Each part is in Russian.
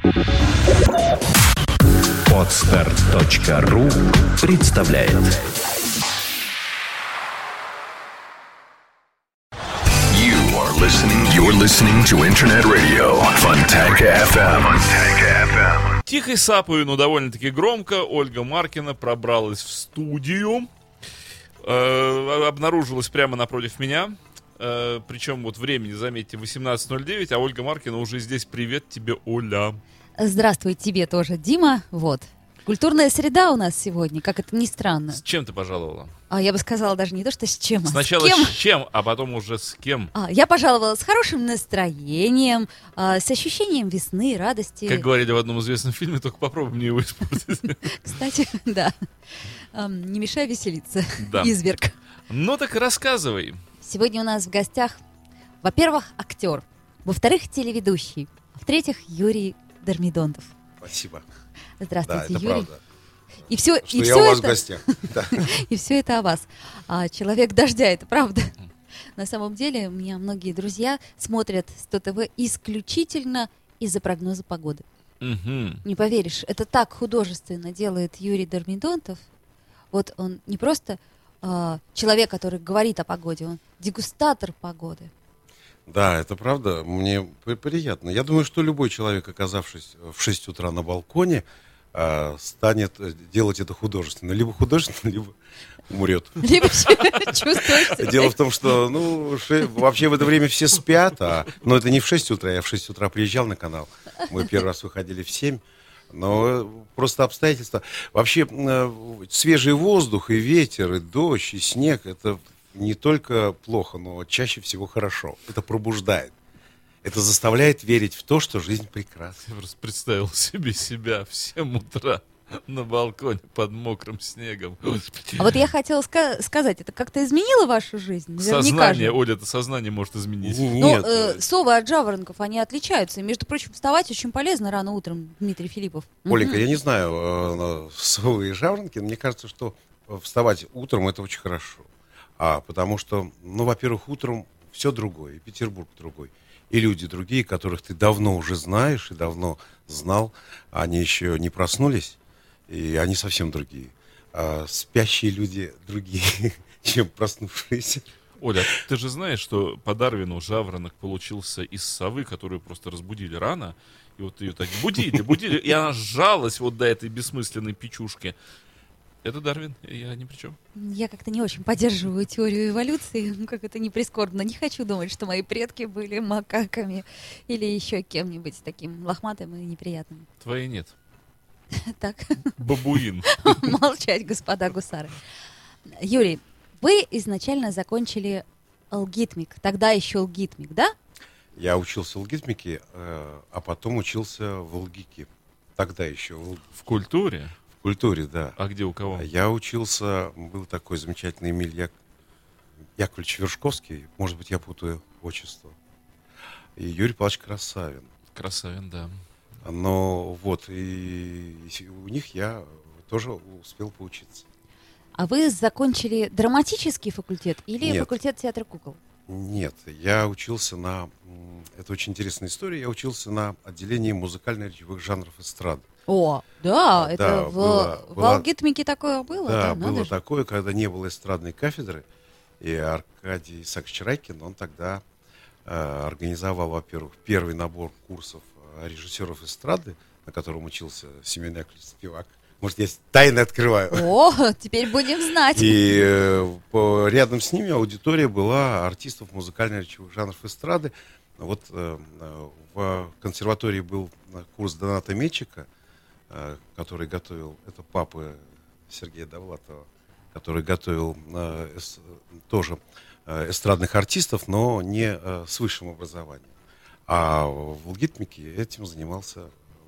Podster.ru представляет. You're listening to Internet Radio Fontanka FM. Тихой сапою, но довольно-таки громко Ольга Маркина пробралась в студию. Обнаружилась прямо напротив меня. Причем вот времени, заметьте, 18:09, а Ольга Маркина уже здесь. Привет тебе, Оля. Здравствуй тебе тоже, Дима. Вот. Культурная среда у нас сегодня, как это ни странно. С чем ты пожаловала? Я бы сказала даже не то, что с чем, Сначала с кем. с чем, а потом уже с кем. Я пожаловала с хорошим настроением, с ощущением весны, радости. Как говорили в одном известном фильме, только попробуй мне его испортить. Кстати, да. Не мешай веселиться, Да. изверг. Ну так рассказывай. Сегодня у нас в гостях, во-первых, актер, во-вторых, телеведущий, а в-третьих, Юрий Дормидонтов. Спасибо. Здравствуйте, Да, это Юрий. правда. И все, Что я у вас в гостях. Да. И все это о вас. Человек дождя, это правда. На самом деле, у меня многие друзья смотрят СТО-ТВ исключительно из-за прогноза погоды. Мгм. Не поверишь, это так художественно делает Юрий Дормидонтов. Вот он не просто человек, который говорит о погоде, он дегустатор погоды. Да, это правда. Мне приятно. Я думаю, что любой человек, оказавшись в 6 утра на балконе, станет делать это художественно. Либо художественно, либо умрет. Либо чувствуешь... Дело в том, что вообще в это время все спят, но это не в 6 утра, я в 6 утра приезжал на канал. Мы первый раз выходили в 7. Но просто обстоятельства. Вообще свежий воздух, и ветер, и дождь, и снег — это не только плохо, но чаще всего хорошо. Это пробуждает. Это заставляет верить в то, что жизнь прекрасна. Я просто представил себе себя в 7 утра на балконе под мокрым снегом. А вот я хотела сказать, это как-то изменило вашу жизнь? Наверняка Сознание, же. Оля, это сознание может изменить. Нет, Совы от жаворонков, они отличаются. И, между прочим, вставать очень полезно рано утром, Дмитрий Филиппов. Оленька, я не знаю, совы и жаворонки, но мне кажется, что вставать утром — это очень хорошо. Потому что, во-первых, утром все другое, и Петербург другой, и люди другие, которых ты давно уже знаешь и давно знал, они еще не проснулись, и они совсем другие. Спящие люди другие, чем проснувшиеся. Оля, ты же знаешь, что по Дарвину жаворонок получился из совы, которую просто разбудили рано, и вот ее так будили, и она сжалась вот до этой бессмысленной печушки. Это Дарвин, я ни при чем. Я как-то не очень поддерживаю теорию эволюции, как это не прискорбно. Не хочу думать, что мои предки были макаками или еще кем-нибудь таким лохматым и неприятным. Твоей нет. Так, Бабуин. молчать, господа гусары. Юрий, вы изначально закончили алгитмик, тогда еще алгитмик, да? Я учился в алгоритмике, а потом учился в алгике. Тогда еще В культуре? в культуре, да. А где у кого? Я учился, был такой замечательный Эмиль Яковлевич Вершковский, может быть, я путаю отчество, и Юрий Павлович Красавин. Красавин, да. Но вот, и у них я тоже успел поучиться. А вы закончили драматический факультет или Нет. факультет театра кукол? Нет, я учился это очень интересная история, я учился на отделении музыкально-речевых жанров эстрады. О, да, Да, это в алгитмике такое было? Да, надо было же. такое, когда не было эстрадной кафедры, и Аркадий Исаакович Райкин, он тогда организовал, во-первых, первый набор курсов режиссеров эстрады, на котором учился Семен Яковлевич Спивак. Может, я тайны открываю. О, теперь будем знать. И рядом с ними аудитория была артистов музыкально-речевых жанров эстрады. Вот в консерватории был курс Доната Мечика, который готовил, это папа Сергея Довлатова, который готовил тоже эстрадных артистов, но не с высшим образованием. А в алгоритмике этим занимался,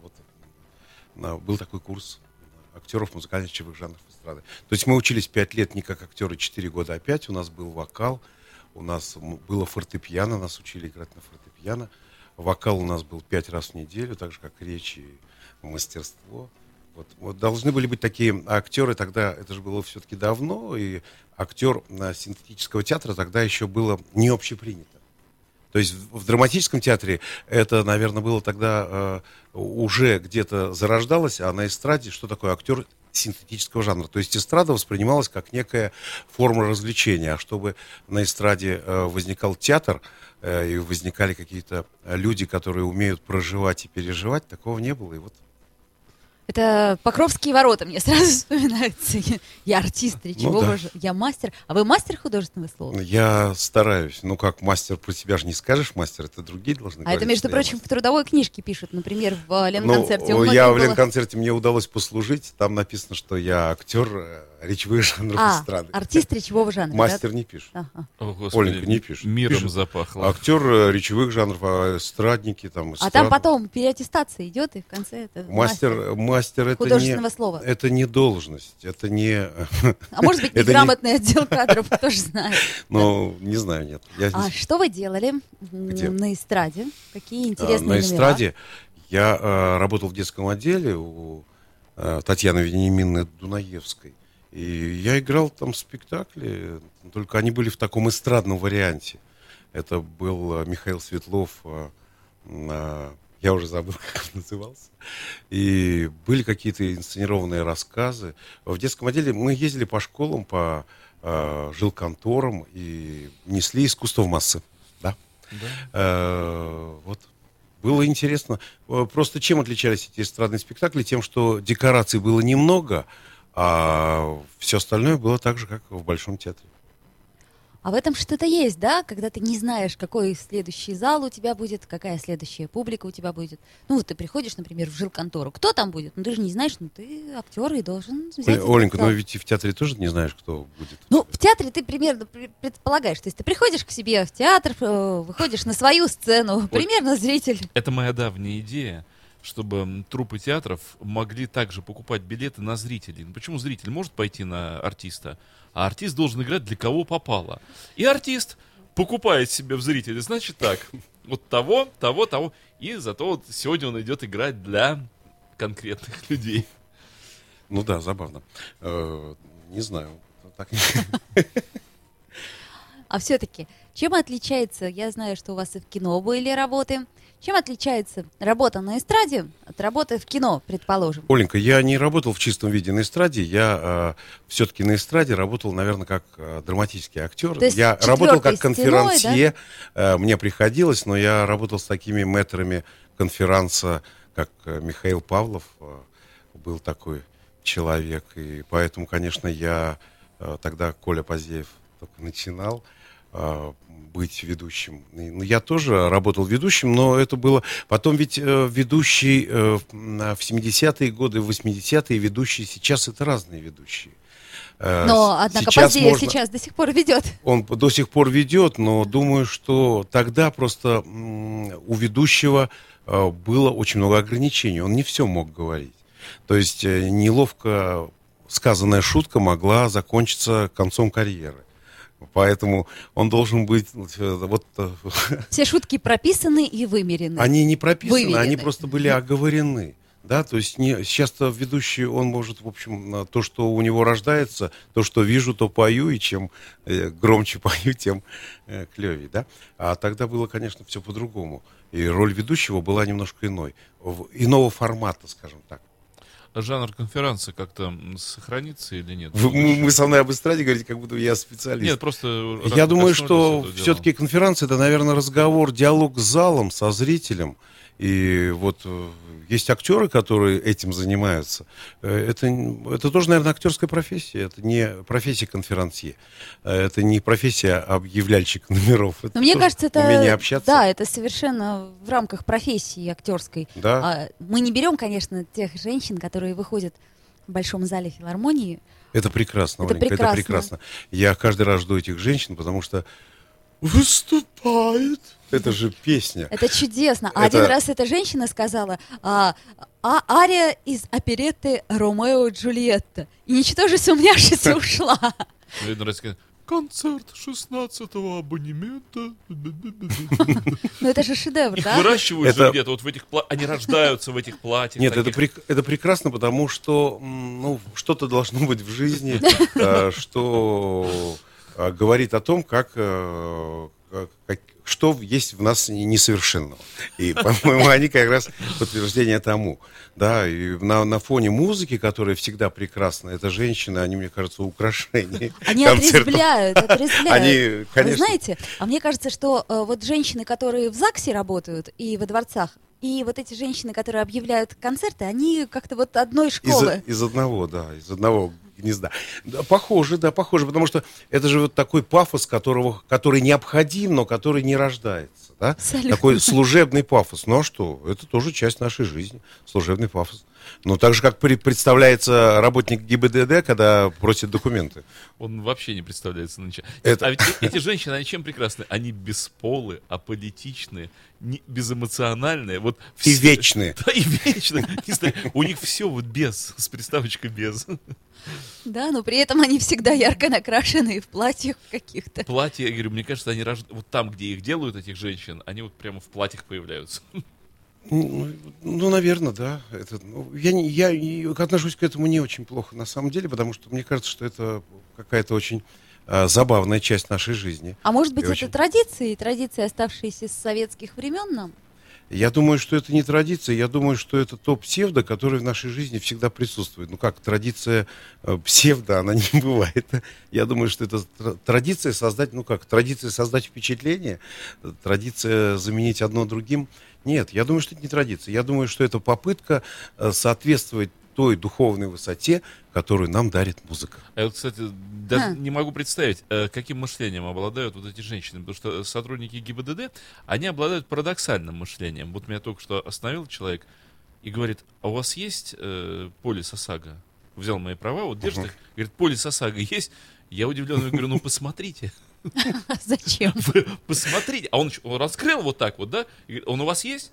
был такой курс актеров музыкально-речевых жанров эстрады. То есть мы учились 5 лет не как актеры, 4 года опять. У нас был вокал, у нас было фортепиано, нас учили играть на фортепиано. Вокал у нас был 5 раз в неделю, так же как речь и мастерство. Вот должны были быть такие актеры, тогда это же было все-таки давно, и актер синтетического театра тогда еще было не общепринято. То есть в драматическом театре это, наверное, было тогда уже где-то зарождалось, а на эстраде что такое актер синтетического жанра. То есть эстрада воспринималась как некая форма развлечения, а чтобы на эстраде возникал театр и возникали какие-то люди, которые умеют проживать и переживать, такого не было. И вот. Это Покровские ворота мне сразу вспоминаются. Я артист речевого, я мастер. А вы мастер художественного слова? Я стараюсь. Ну, как мастер, про себя же не скажешь мастер, это другие должны говорить. А это, между прочим, в трудовой книжке пишут. Например, в Ленконцерте. Я в Ленконцерте, мне удалось послужить. Там написано, что я актер речевых жанров эстрады. Артист речевого жанра. Мастер не пишет. О, Господи, Оленька не пишет. Миром пишет. запахло. Актер речевых жанров, эстрадники. Там, А там потом переаттестация идет, и в конце это мастер это художественного слова. Это не должность, это не... А может быть, неграмотный отдел кадров, тоже знает. Ну, не знаю, нет. А что вы делали на эстраде? Какие интересные номера? На эстраде я работал в детском отделе у Татьяны Вениаминовны Дунаевской. И я играл там спектакли, только они были в таком эстрадном варианте. Это был Михаил Светлов, я уже забыл, как он назывался. И были какие-то инсценированные рассказы. В детском отделе мы ездили по школам, по жилконторам и несли искусство в массы. Да? Вот. Было интересно. Просто чем отличались эти эстрадные спектакли? Тем, что декораций было немного, а все остальное было так же, как в Большом театре. А в этом что-то есть, да? Когда ты не знаешь, какой следующий зал у тебя будет, какая следующая публика у тебя будет. Ну, вот ты приходишь, например, в жилконтору. Кто там будет? Ну, ты же не знаешь, ну, ты актер и должен взять... Оленька, ну ведь и в театре тоже не знаешь, кто будет. Ну, в театре ты примерно предполагаешь. То есть ты приходишь к себе в театр, выходишь на свою сцену, примерно зритель. Это моя давняя идея, чтобы труппы театров могли также покупать билеты на зрителей. Ну, почему зритель может пойти на артиста, а артист должен играть для кого попало. И артист покупает себе в зрителя, значит так, вот того, и зато вот сегодня он идет играть для конкретных людей. Ну да, забавно. Не знаю. А все-таки, чем отличается, я знаю, что у вас и в кино были работы, чем отличается работа на эстраде от работы в кино, предположим? Оленька, я не работал в чистом виде на эстраде, я все-таки на эстраде работал, наверное, как драматический актер. Я работал как конферансье, да? Мне приходилось, но я работал с такими мэтрами конферанса, как Михаил Павлов, был такой человек, и поэтому, конечно, я тогда, Коля Поздеев только начинал быть ведущим. Ну, я тоже работал ведущим, но это было... Потом ведь ведущий в 70-е годы, в 80-е ведущие, сейчас это разные ведущие. Но, однако, Поздеев сейчас до сих пор ведет. Он до сих пор ведет, но думаю, что тогда просто у ведущего было очень много ограничений. Он не все мог говорить. То есть неловко сказанная шутка могла закончиться концом карьеры. Поэтому он должен быть... Вот, все шутки прописаны и вымерены. Они не прописаны, выведены. Они просто были оговорены. Да? То есть часто ведущий, он может, в общем, то, что у него рождается, то, что вижу, то пою, и чем громче пою, тем клевее. Да? А тогда было, конечно, все по-другому. И роль ведущего была немножко иной. Иного формата, скажем так. Жанр конференции как-то сохранится или нет? Вы со мной об эстраде говорите, как будто я специалист. Нет, просто... Я думаю, что все-таки конференция — это, наверное, разговор, диалог с залом, со зрителем. И вот есть актеры, которые этим занимаются. Это тоже, наверное, актерская профессия. Это не профессия конферансье. Это не профессия объявляльщика номеров. Но мне кажется, это умение общаться. Да, это совершенно в рамках профессии актерской. Да. Мы не берем, конечно, тех женщин, которые выходят в большом зале филармонии. Это прекрасно, Оленька, это прекрасно. Я каждый раз жду этих женщин, потому что выступает. Это же песня. Это чудесно. Один раз эта женщина сказала ария из оперетты «Ромео и Джульетта». И ничтоже сумняшись ушла. Концерт 16-го абонемента. Ну это же шедевр, да? Их выращивают же где-то вот в этих платьях. Они рождаются в этих платьях. Нет, это прекрасно, потому что что-то должно быть в жизни, что говорит о том, что есть в нас несовершенного. И, по-моему, они как раз подтверждение тому. Да, и на фоне музыки, которая всегда прекрасна, это женщины, они, мне кажется, украшения Они концертов. отрезвляют. Они, конечно. Вы знаете, а мне кажется, что вот женщины, которые в ЗАГСе работают и во дворцах, и вот эти женщины, которые объявляют концерты, они как-то вот одной школы. Из одного гнезда. Да, похоже, потому что это же вот такой пафос, который необходим, но который не рождается. Да? Такой служебный пафос. Ну а что? Это тоже часть нашей жизни. Служебный пафос. Ну, так же, как представляется работник ГИБДД, когда просит документы. Он вообще не представляется ничего. Это... А ведь эти женщины, они чем прекрасны? Они бесполые, аполитичные, безэмоциональные. Вот и вечные. Да, и вечные. У них все вот без, с приставочкой без. Да, но при этом они всегда ярко накрашены в платьях каких-то. Платья, я говорю, мне кажется, они вот там, где их делают, этих женщин, они вот прямо в платьях появляются. Ну, наверное, да. Я отношусь к этому не очень плохо, на самом деле, потому что мне кажется, что это какая-то очень забавная часть нашей жизни. А может быть, это традиции, оставшиеся с советских времен нам? Я думаю, что это не традиция, я думаю, что это то псевдо, которое в нашей жизни всегда присутствует. Ну как, традиция псевдо, она не бывает. Я думаю, что это традиция создать впечатление, традиция заменить одно другим. Нет, я думаю, что это не традиция. Я думаю, что это попытка соответствовать той духовной высоте, которую нам дарит музыка. А я вот, кстати, даже не могу представить, каким мышлением обладают вот эти женщины, потому что сотрудники ГИБДД, они обладают парадоксальным мышлением. Вот меня только что остановил человек и говорит, а у вас есть полис ОСАГО? Взял мои права, вот держит их, говорит, полис ОСАГО есть? Я удивленно говорю, ну посмотрите. Зачем? Вы посмотрите. А он раскрыл вот так вот, да? И говорит, он у вас есть?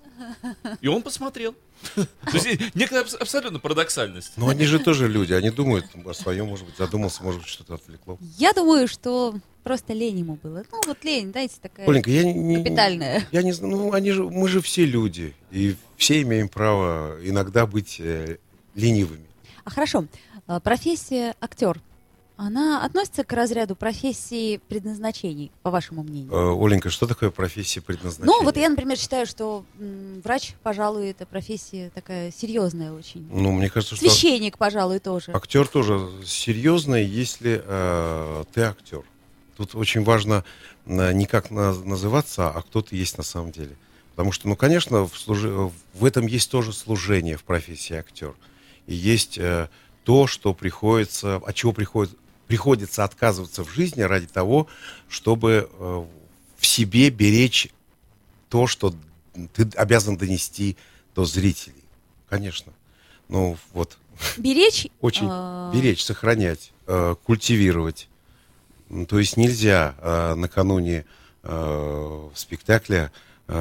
И он посмотрел. То есть некая абсолютно парадоксальность. Но они же тоже люди, они думают о своем, может быть, задумался, может быть, что-то отвлекло. Я думаю, что просто лень ему было. Ну, вот лень, знаете, такая Оленька, капитальная. Я не знаю, мы же все люди, и все имеем право иногда быть ленивыми. А хорошо, профессия актер, она относится к разряду профессии предназначений, по вашему мнению? Оленька, что такое профессия предназначения? Ну, вот я, например, считаю, что врач, пожалуй, это профессия такая серьезная очень. Ну, мне кажется, что... Священник, пожалуй, тоже. Актер тоже серьезный, если ты актер. Тут очень важно не как называться, а кто ты есть на самом деле. Потому что, ну, конечно, в этом есть тоже служение в профессии актер. И есть то, что от чего приходится отказываться в жизни ради того, чтобы в себе беречь то, что ты обязан донести до зрителей. Конечно. Ну, вот. Беречь? Очень беречь, сохранять, культивировать. То есть нельзя накануне спектакля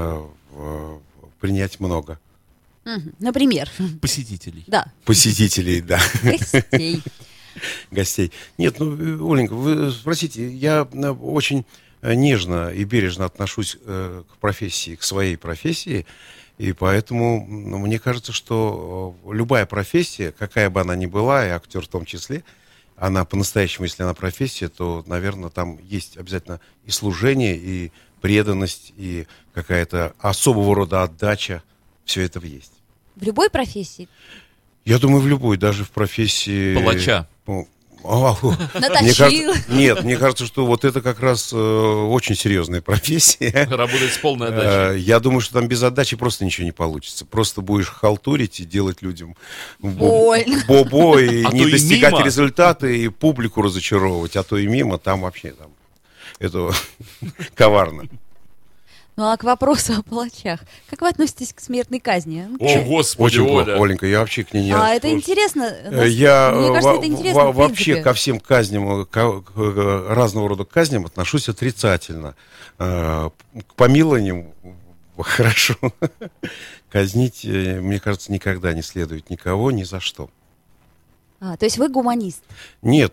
принять много. Например. Посетителей. Да. Посетителей, да. Гостей. Гостей. Нет, ну, Оленька, вы спросите, я очень нежно и бережно отношусь к профессии, к своей профессии, и поэтому мне кажется, что любая профессия, какая бы она ни была, и актер в том числе, она по-настоящему, если она профессия, то, наверное, там есть обязательно и служение, и преданность, и какая-то особого рода отдача. Все это есть. В любой профессии? Я думаю, в любой, даже в профессии... Палача. Наточил. Мне кажется, что вот это как раз очень серьезная профессия. Работать с полной отдачей. Я думаю, что там без отдачи просто ничего не получится. Просто будешь халтурить и делать людям бобо, и не достигать результата, и публику разочаровывать, а то и мимо, там вообще это коварно. Ну а к вопросу о палачах. Как вы относитесь к смертной казни? О, Господи, очень Оля. плохо, Оленька, я вообще к ней не... Это интересно. Я Мне кажется, это интересно, в вообще принципе. ко всем казням, к разного рода казням отношусь отрицательно. К помилованиям хорошо. Казнить, мне кажется, никогда не следует никого, ни за что. То есть вы гуманист? Нет,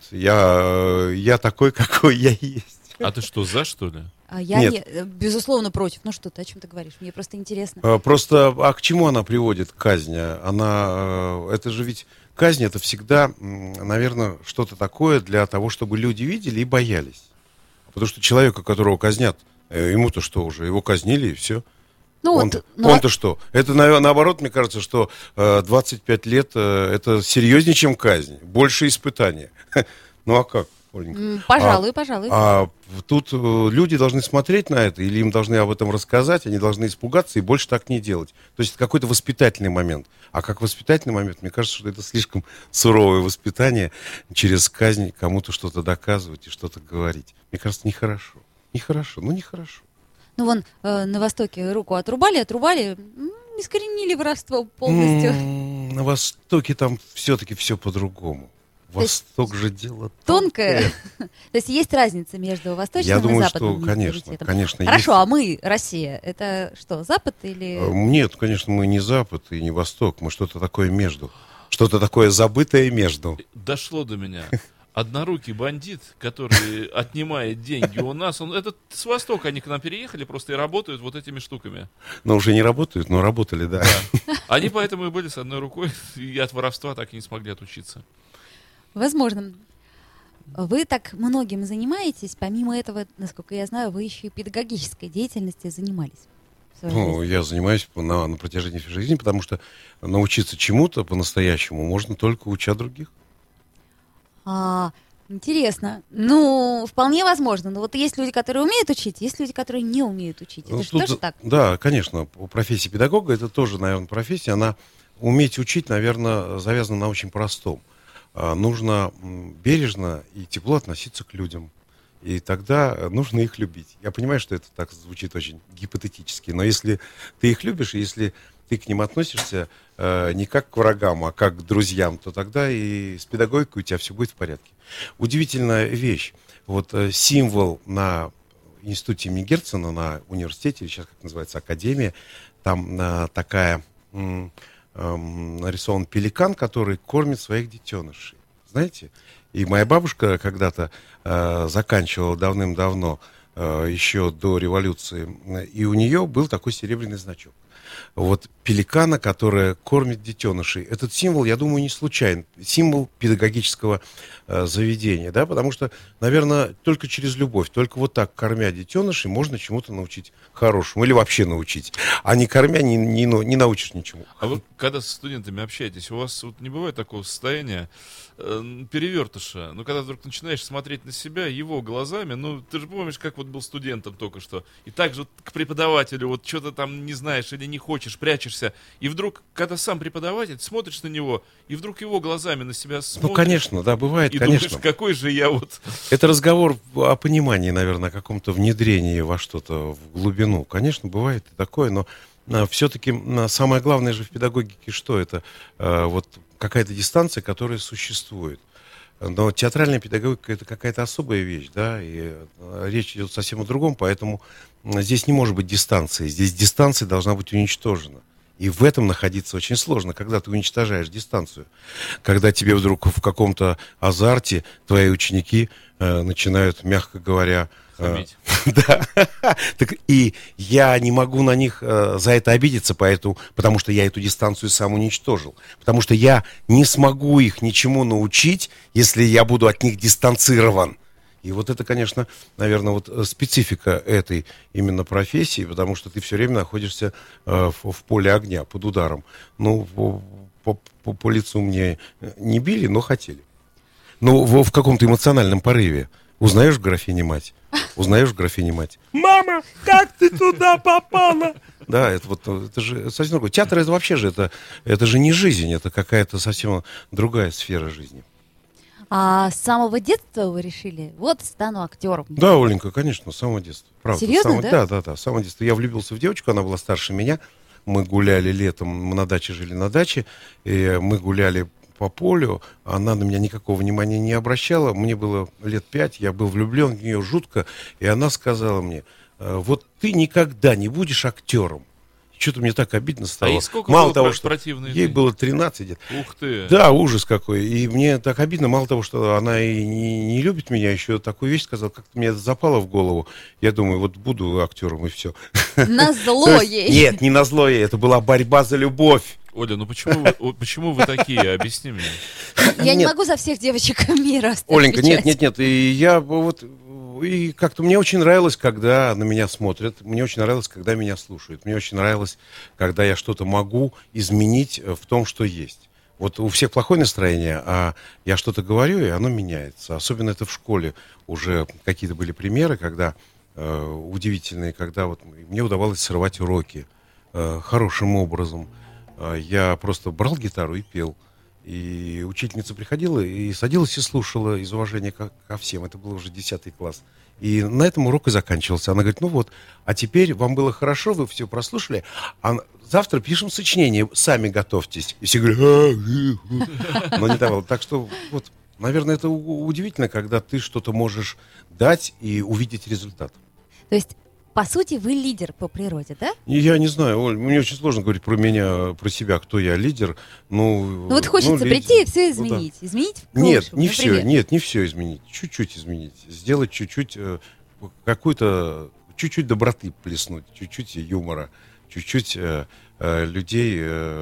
я такой, какой я есть. А ты что, за, что ли? Я безусловно, против. Ну что ты, о чем ты говоришь? Мне просто интересно. Просто, к чему она приводит, казнь? Это же ведь казнь, это всегда, наверное, что-то такое для того, чтобы люди видели и боялись. Потому что человека, которого казнят, Ему-то что уже? Его казнили и все. Ну, Он-то что? Это, наоборот, мне кажется, что 25 лет это серьезнее, чем казнь. Больше испытания. Ну, а как, Оленька? Пожалуй. А тут люди должны смотреть на это, или им должны об этом рассказать, они должны испугаться и больше так не делать. То есть это какой-то воспитательный момент. А как воспитательный момент, мне кажется, что это слишком суровое воспитание, через казнь кому-то что-то доказывать и что-то говорить. Мне кажется, нехорошо. Нехорошо. Ну, вон на Востоке руку отрубали, искоренили воровство полностью. На Востоке там все-таки все по-другому. Восток же дело тонкое. То есть есть разница между восточным и западным менталитетом? Конечно. Хорошо, а мы, Россия, это что, Запад или... Нет, конечно, мы не Запад и не Восток, мы что-то такое между. Что-то такое забытое между. Дошло до меня. Однорукий бандит, который отнимает деньги у нас, это с Востока они к нам переехали просто и работают вот этими штуками. Но уже не работают, но работали, да. Они поэтому и были с одной рукой, и от воровства так и не смогли отучиться. Возможно. Вы так многим занимаетесь, помимо этого, насколько я знаю, вы еще и педагогической деятельностью занимались. Я занимаюсь на протяжении всей жизни, потому что научиться чему-то по-настоящему можно только уча других. Интересно. Ну, вполне возможно. Но вот есть люди, которые умеют учить, есть люди, которые не умеют учить. Это же тоже так? Да, конечно. Профессия педагога, это тоже, наверное, профессия. Она уметь учить, наверное, завязана на очень простом. Нужно бережно и тепло относиться к людям. И тогда нужно их любить. Я понимаю, что это так звучит очень гипотетически, но если ты их любишь, и если ты к ним относишься не как к врагам, а как к друзьям, то тогда и с педагогикой у тебя все будет в порядке. Удивительная вещь. Вот символ на институте имени Герцена, на университете, сейчас как называется, академия, там такая нарисован пеликан, который кормит своих детенышей. Знаете? И моя бабушка когда-то заканчивала давным-давно, еще до революции, и у нее был такой серебряный значок. Вот пеликана, которая кормит детенышей. Этот символ, я думаю, не случайен. Символ педагогического заведения, да, потому что, наверное, только через любовь, только вот так, кормя детенышей, можно чему-то научить хорошему или вообще научить. А не кормя, не научишь ничему. А вы, когда с студентами общаетесь, у вас вот не бывает такого состояния перевертыша? Ну, когда вдруг начинаешь смотреть на себя его глазами, ну, ты же помнишь, как вот был студентом только что, и так же вот к преподавателю вот что-то там не знаешь или не хочешь, прячешься, и вдруг, когда сам преподаватель, смотришь на него, и вдруг его глазами на себя смотришь. Ну, конечно, да, бывает, и конечно. Думаешь, какой же я вот... Это разговор о понимании, наверное, о каком-то внедрении во что-то в глубину. Конечно, бывает и такое, но все-таки самое главное же в педагогике что? Это вот какая-то дистанция, которая существует. Но театральная педагогика — это какая-то особая вещь, да, и речь идет совсем о другом, поэтому здесь не может быть дистанции. Здесь дистанция должна быть уничтожена. И в этом находиться очень сложно, когда ты уничтожаешь дистанцию. Когда тебе вдруг в каком-то азарте твои ученики начинают, мягко говоря... Да. Так, и я не могу на них за это обидеться, потому что я эту дистанцию сам уничтожил. Потому что я не смогу их ничему научить, если я буду от них дистанцирован. И вот это, конечно, наверное, вот специфика этой именно профессии, потому что ты все время находишься в поле огня, под ударом. Ну, по лицу мне не били, но хотели. Ну, в каком-то эмоциональном порыве. Узнаешь графиня-мать? Мама, как ты туда попала? Да, это же совсем другое. Театр это вообще же, это же не жизнь, это какая-то совсем другая сфера жизни. А с самого детства вы решили, вот стану актером? Да, Оленька, конечно, с самого детства. Правда. Серьезно, да? Да, с самого детства. Я влюбился в девочку, она была старше меня. Мы гуляли летом, мы на даче жили на даче, и мы гуляли по полю, она на меня никакого внимания не обращала, мне было лет 5, я был влюблен в нее жутко, и она сказала мне, вот ты никогда не будешь актером. Что-то мне так обидно стало. А ей сколько мало было того, что противной ей было 13 лет. Ух ты! Да, ужас какой. И мне так обидно, мало того, что она и не любит меня, еще такую вещь сказала, как-то мне это запало в голову. Я думаю, вот буду актером и все. Назло ей. Нет, не назло ей, это была борьба за любовь. Оля, ну почему вы такие? Объясни мне. Я не могу за всех девочек мира отвечать. Оленька, нет. И я вот и как-то мне очень нравилось, когда на меня смотрят, мне очень нравилось, когда меня слушают, мне очень нравилось, когда я что-то могу изменить в том, что есть. Вот у всех плохое настроение, а я что-то говорю, и оно меняется. Особенно это в школе уже какие-то были примеры, когда удивительные, когда вот мне удавалось срывать уроки хорошим образом. Я просто брал гитару и пел. И учительница приходила и садилась и слушала из уважения ко всем. Это был уже 10 класс. И на этом урок и заканчивался. Она говорит, ну вот, а теперь вам было хорошо, вы все прослушали, а завтра пишем сочинение, сами готовьтесь. И все говорят, но не давал. Так что вот, наверное, это удивительно, когда ты что-то можешь дать и увидеть результат. То есть, по сути, вы лидер по природе, да? Я не знаю, Оль, мне очень сложно говорить про меня, про себя, кто я, лидер. Ну вот хочется прийти и все Ну, да. изменить. Изменить к Нет, лучшему, не например. все, нет, не все изменить. Чуть-чуть изменить. Сделать чуть-чуть какую-то, чуть-чуть доброты плеснуть, чуть-чуть юмора, чуть-чуть людей,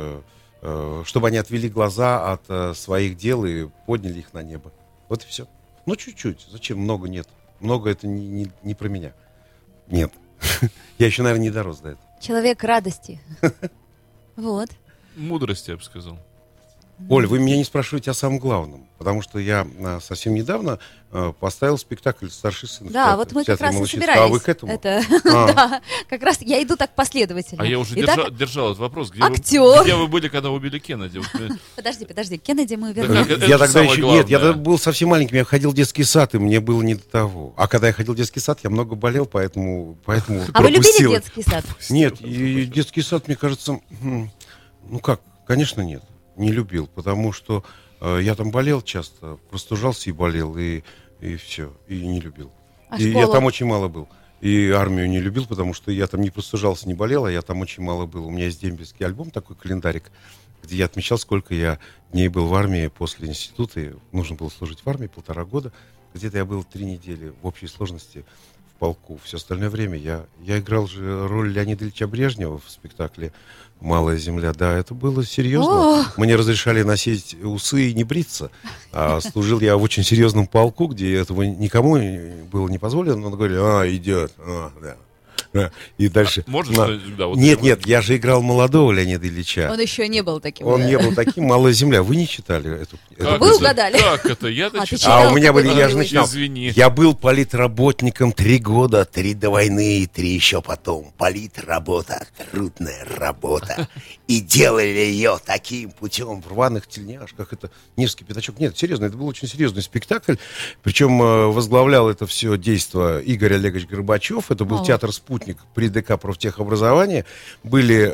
чтобы они отвели глаза от своих дел и подняли их на небо. Вот и все. Ну, чуть-чуть. Зачем? Много нет. Много это не про меня. Нет. Я еще, наверное, не дорос до этого. Человек радости. Вот. Мудрости, я бы сказал. Оль, вы меня не спрашиваете о самом главном, потому что я совсем недавно поставил спектакль «Старший сын». Да, вот мы как раз и «Молочница». собирались. А вы к этому? Да, как раз я иду так последовательно. А я уже Итак, держал этот вопрос. актер. Где вы были, когда убили Кеннеди? Подожди, Кеннеди мы Да, вернем. это Я тогда самое еще... главное. Нет, я тогда был совсем маленьким, я ходил в детский сад, и мне было не до того. А когда я ходил в детский сад, я много болел, поэтому А вы любили пропустил. детский сад? Нет, и детский сад, мне кажется, ну как, конечно, нет, не любил, потому что я там болел часто, простужался и болел, и все, и не любил. А И я школу? там очень мало был. И армию не любил, потому что я там не простужался, не болел, а я там очень мало был. У меня есть дембельский альбом, такой календарик, где я отмечал, сколько я дней был в армии после института. И нужно было служить в армии 1,5 года. Где-то я был 3 недели в общей сложности в полку. Все остальное время я играл же роль Леонида Ильича Брежнева в спектакле «Малая земля». Да, это было серьезно. Мне разрешали носить усы и не бриться. А служил я в очень серьезном полку, где этого никому было не позволено. Он говорил, идет, да. И дальше... Можешь? Да, вот Нет, я же играл молодого Леонида Ильича. Он еще не был таким. Он да. не был таким. «Малая земля». Вы не читали эту Как Вы это? угадали. Как это? Я-то А, ты читал. читал? у меня были, какой я же был? начинал. Извини. Я был политработником 3 года, 3 до войны и 3 еще потом. Политработа, трудная работа. И делали ее таким путем в рваных тельняшках. Это Невский пятачок. Нет, серьезно, это был очень серьезный спектакль. Причем возглавлял это все действо Игорь Олегович Горбачев. Это был театр «Спутник» при ДК профтехобразования. Были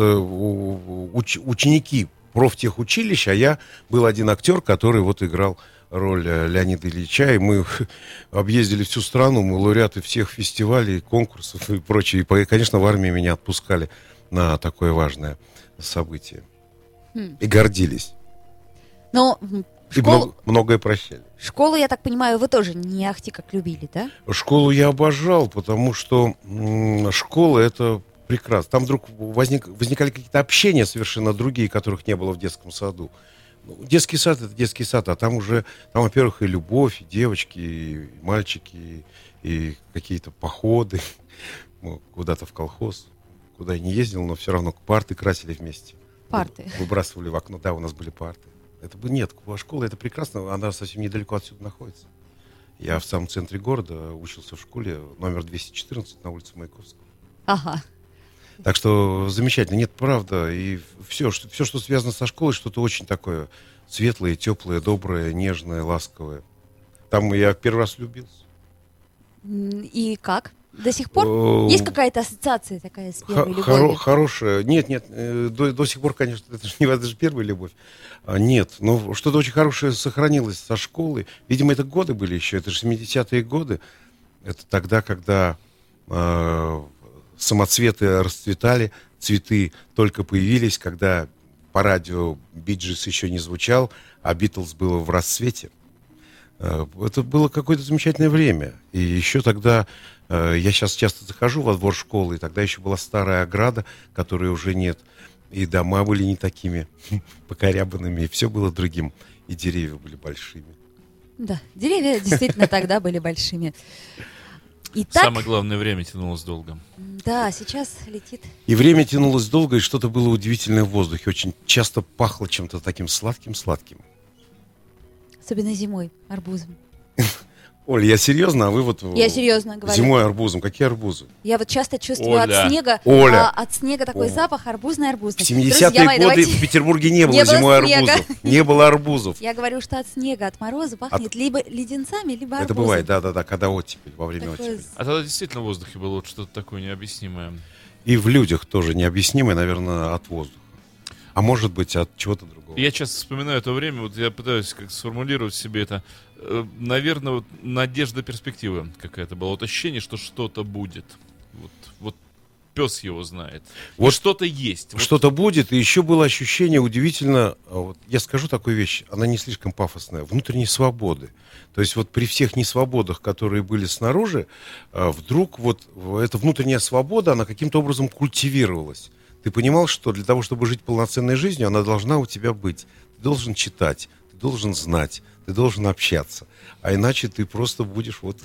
ученики профтехучилища, а я был один актер, который вот играл роль Леонида Ильича, и мы объездили всю страну, мы лауреаты всех фестивалей, конкурсов и прочее. И, конечно, в армии меня отпускали на такое важное событие. И гордились. Но И многое прощали. школу, я так понимаю, вы тоже не ахти как любили, да? Школу я обожал, потому что школа — это прекрасно. Там вдруг возникали какие-то общения совершенно другие, которых не было в детском саду. Детский сад — это детский сад, а там уже, во-первых, и любовь, и девочки, и мальчики, и какие-то походы куда-то в колхоз, куда я не ездил, но все равно парты красили вместе. Парты. Выбрасывали в окно. Да, у нас были парты. Нет, школа — это прекрасно, она совсем недалеко отсюда находится. Я в самом центре города учился в школе номер 214 на улице Маяковского. Ага. Так что замечательно. Нет, правда. И все, что связано со школой, что-то очень такое светлое, теплое, доброе, нежное, ласковое. Там я первый раз влюбился. И как? До сих пор? Есть какая-то ассоциация такая с первой любовью? Хорошая. Нет, до сих пор, конечно, это же первая любовь. Нет, но что-то очень хорошее сохранилось со школы. Видимо, это годы были еще, это же 70-е годы. Это тогда, когда самоцветы расцветали, цветы только появились, когда по радио Биджис еще не звучал, а Битлз было в расцвете. Это было какое-то замечательное время. И еще тогда, я сейчас часто захожу во двор школы, и тогда еще была старая ограда, которой уже нет. И дома были не такими покорябанными, и все было другим. И деревья были большими. Да, деревья действительно тогда были большими. Итак, Самое главное, время тянулось долго. да, сейчас летит. И время тянулось долго, и что-то было удивительное в воздухе. Очень часто пахло чем-то таким сладким-сладким. Особенно зимой, арбузом. Оля, я серьезно, а вы вот... Я серьезно говорю. Зимой арбузом. Какие арбузы? Я вот часто чувствую Оля. от снега такой О. запах арбузный. В Друзья 70-е мои, годы давайте- в Петербурге не было Не было зимой снега. арбузов. Не было арбузов. Я говорю, что от снега, от мороза пахнет либо леденцами, либо арбузом. Это бывает, да-да-да, когда оттепель, во время Такое оттепели. А тогда действительно в воздухе было вот что-то такое необъяснимое. И в людях тоже необъяснимое, наверное, от воздуха. А может быть, от чего-то другого. Я часто вспоминаю это время, вот я пытаюсь как сформулировать себе это. Наверное, вот надежда перспективы какая-то была. Вот ощущение, что что-то будет. Вот пес его знает. Вот Вот что-то есть. Вот Что-то будет, и еще было ощущение удивительно, вот я скажу такую вещь, она не слишком пафосная, внутренней свободы. То есть вот при всех несвободах, которые были снаружи, вдруг вот эта внутренняя свобода, она каким-то образом культивировалась. Ты понимал, что для того, чтобы жить полноценной жизнью, она должна у тебя быть. Ты должен читать, ты должен знать, ты должен общаться. А иначе ты просто будешь вот...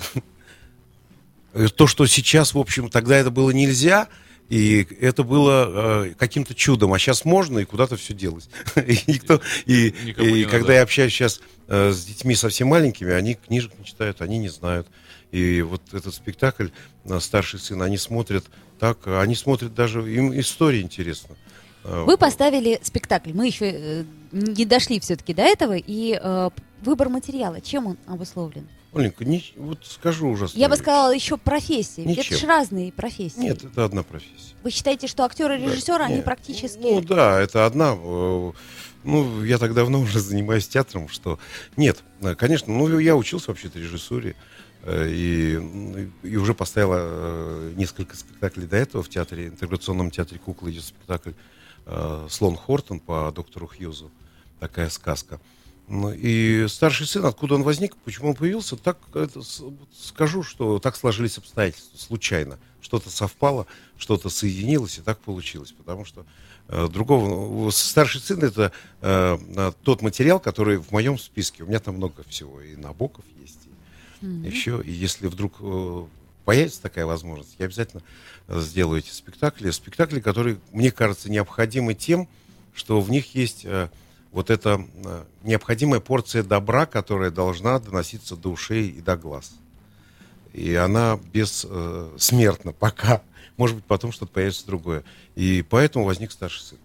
То, что сейчас, в общем, тогда это было нельзя, и это было каким-то чудом. А сейчас можно, и куда-то все делать. Никому не И когда надо. я общаюсь сейчас с детьми совсем маленькими, они книжек не читают, они не знают. И вот этот спектакль, старший сын, они смотрят так, они смотрят даже, им история интересна. Вы поставили спектакль. Мы еще не дошли все-таки до этого. И выбор материала, чем он обусловлен? Оленька, вот скажу ужасно. Я бы сказала, еще профессии. Ничем. Это же разные профессии. Нет, это одна профессия. Вы считаете, что актеры и режиссеры, они Нет. практически... Ну да, это одна. Ну, я так давно уже занимаюсь театром, что... Нет, конечно, ну, я учился вообще-то режиссуре. И уже поставила несколько спектаклей до этого в театре, интеграционном театре «Куклы» идет спектакль «Слон Хортон» по доктору Хьюзу. Такая сказка. Ну, и старший сын, откуда он возник, почему он появился, так скажу, что так сложились обстоятельства, случайно. Что-то совпало, что-то соединилось, и так получилось. Потому что другого... Старший сын — это тот материал, который в моем списке. У меня там много всего. И Набоков есть, и еще. И если вдруг появится такая возможность, я обязательно сделаю эти спектакли. Спектакли, которые, мне кажется, необходимы тем, что в них есть... вот эта необходимая порция добра, которая должна доноситься до ушей и до глаз. И она бессмертна пока. Может быть, потом что-то появится другое. И поэтому возник старший сын.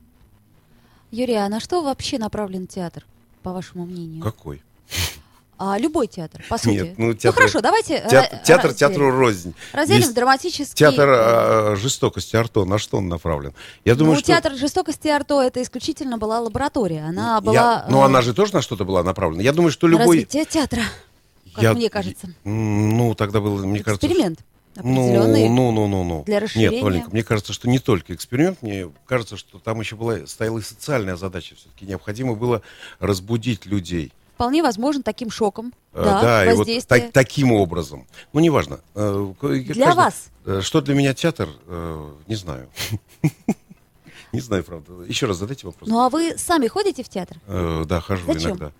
Юрий, а на что вообще направлен театр, по вашему мнению? Какой? Любой театр, по сути. Нет, ну, театр- хорошо, давайте... Театр разделим. театру рознь. Разделим Есть драматический... театр жестокости Арто, на что он направлен? Я думаю, что... театр жестокости Арто, это исключительно была лаборатория. Она была... Ну, она же тоже на что-то была направлена. Я думаю, что на любой... развитие театра, как мне кажется. Ну, тогда было, мне кажется... Эксперимент определенный. Ну. Для расширения. Нет, Оленька, мне кажется, что не только эксперимент, мне кажется, что там еще стояла и социальная задача. Все-таки необходимо было разбудить людей. Вполне возможно, таким шоком. Да, и вот воздействие. таким образом. Ну, неважно. Для вас. Что для меня театр, не знаю. Не знаю, правда. Еще раз задайте вопрос. Ну, а вы сами ходите в театр? Да, хожу Зачем? иногда.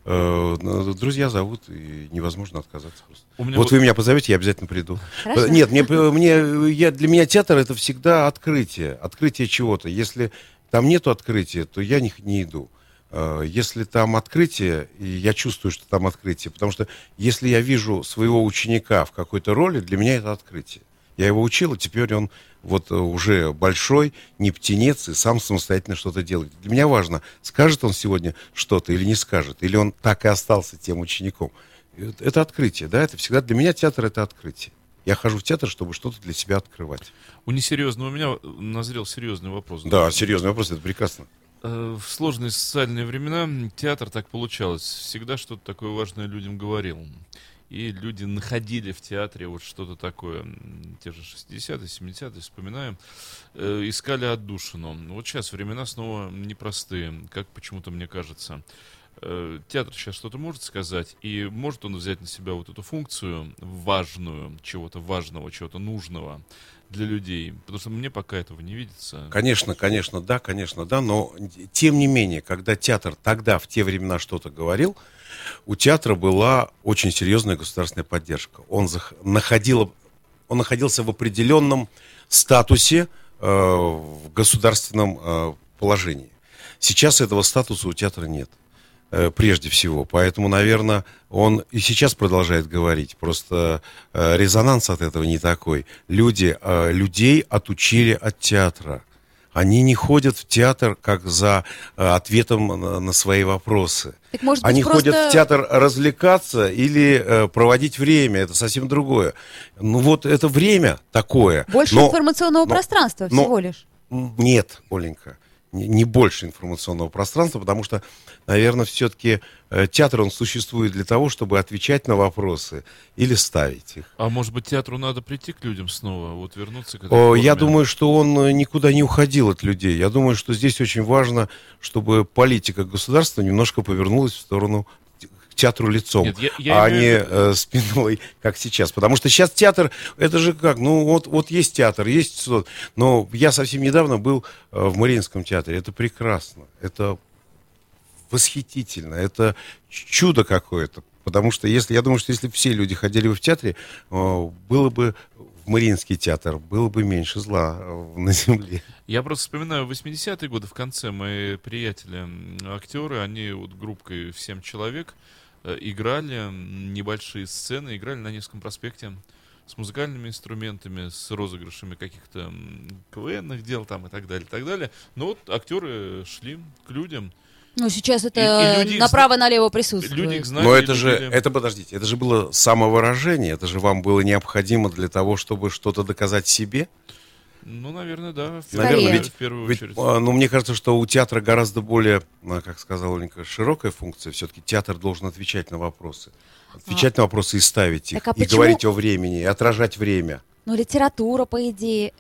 Друзья зовут, и невозможно отказаться просто. У меня Вот вы меня позовете, я обязательно приду. Хорошо. Нет, для меня театр — это всегда открытие чего-то. Если там нету открытия, то я не иду. Если там открытие, и я чувствую, что там открытие, потому что если я вижу своего ученика в какой-то роли, для меня это открытие. Я его учил, и теперь он вот уже большой, не птенец, и сам самостоятельно что-то делает. Для меня важно, скажет он сегодня что-то или не скажет, или он так и остался тем учеником. Это открытие, да, это всегда для меня театр — это открытие. Я хожу в театр, чтобы что-то для себя открывать. у меня назрел серьезный вопрос. Да, серьезный вопрос, это прекрасно. В сложные социальные времена театр так получалось. Всегда что-то такое важное людям говорил. И люди находили в театре вот что-то такое. Те же 60-е, 70-е, вспоминаем. Искали отдушину. Вот сейчас времена снова непростые, как почему-то мне кажется. Театр сейчас что-то может сказать, и может он взять на себя вот эту функцию важную, чего-то важного, чего-то нужного для людей, потому что мне пока этого не видится. Конечно, да, но тем не менее, когда театр тогда, в те времена, что-то говорил, у театра была очень серьезная государственная поддержка. Он находился в определенном статусе в государственном положении. Сейчас этого статуса у театра нет. Прежде всего. Поэтому, наверное, он и сейчас продолжает говорить. Просто резонанс от этого не такой. Людей отучили от театра. Они не ходят в театр как за ответом на свои вопросы. Так, может быть, они просто... ходят в театр развлекаться или проводить время. Это совсем другое. Ну вот это время такое. Больше информационного пространства всего лишь. Нет, Оленька. Не больше информационного пространства, потому что, наверное, все-таки театр, он существует для того, чтобы отвечать на вопросы или ставить их. А может быть, театру надо прийти к людям снова, вот вернуться к этой форме? Я думаю, что он никуда не уходил от людей. Я думаю, что здесь очень важно, чтобы политика государства немножко повернулась в сторону к театру лицом, а не спиной, как сейчас. Потому что сейчас театр, это же как, вот есть театр, есть... Но я совсем недавно был в Мариинском театре. Это прекрасно, это восхитительно, это чудо какое-то. Потому что я думаю, что если все люди ходили бы в театре, было бы в Мариинский театр, было бы меньше зла на земле. Я просто вспоминаю 80-е годы, в конце мои приятели, актеры, они вот группкой в 7 человек играли небольшие сцены, играли на Невском проспекте с музыкальными инструментами, с розыгрышами каких-то КВНных дел там и так далее, и так далее. Но вот актеры шли к людям. Ну, сейчас это направо-налево присутствует. Люди их знали. Но подождите, это же было самовыражение, это же вам было необходимо для того, чтобы что-то доказать себе. Ну, наверное, да. Наверное, в первую очередь. Мне кажется, что у театра гораздо более, как сказала Оленька, широкая функция. Все-таки театр должен отвечать на вопросы. Отвечать на вопросы и ставить их. И говорить о времени, и отражать время. Ну, литература, по идее,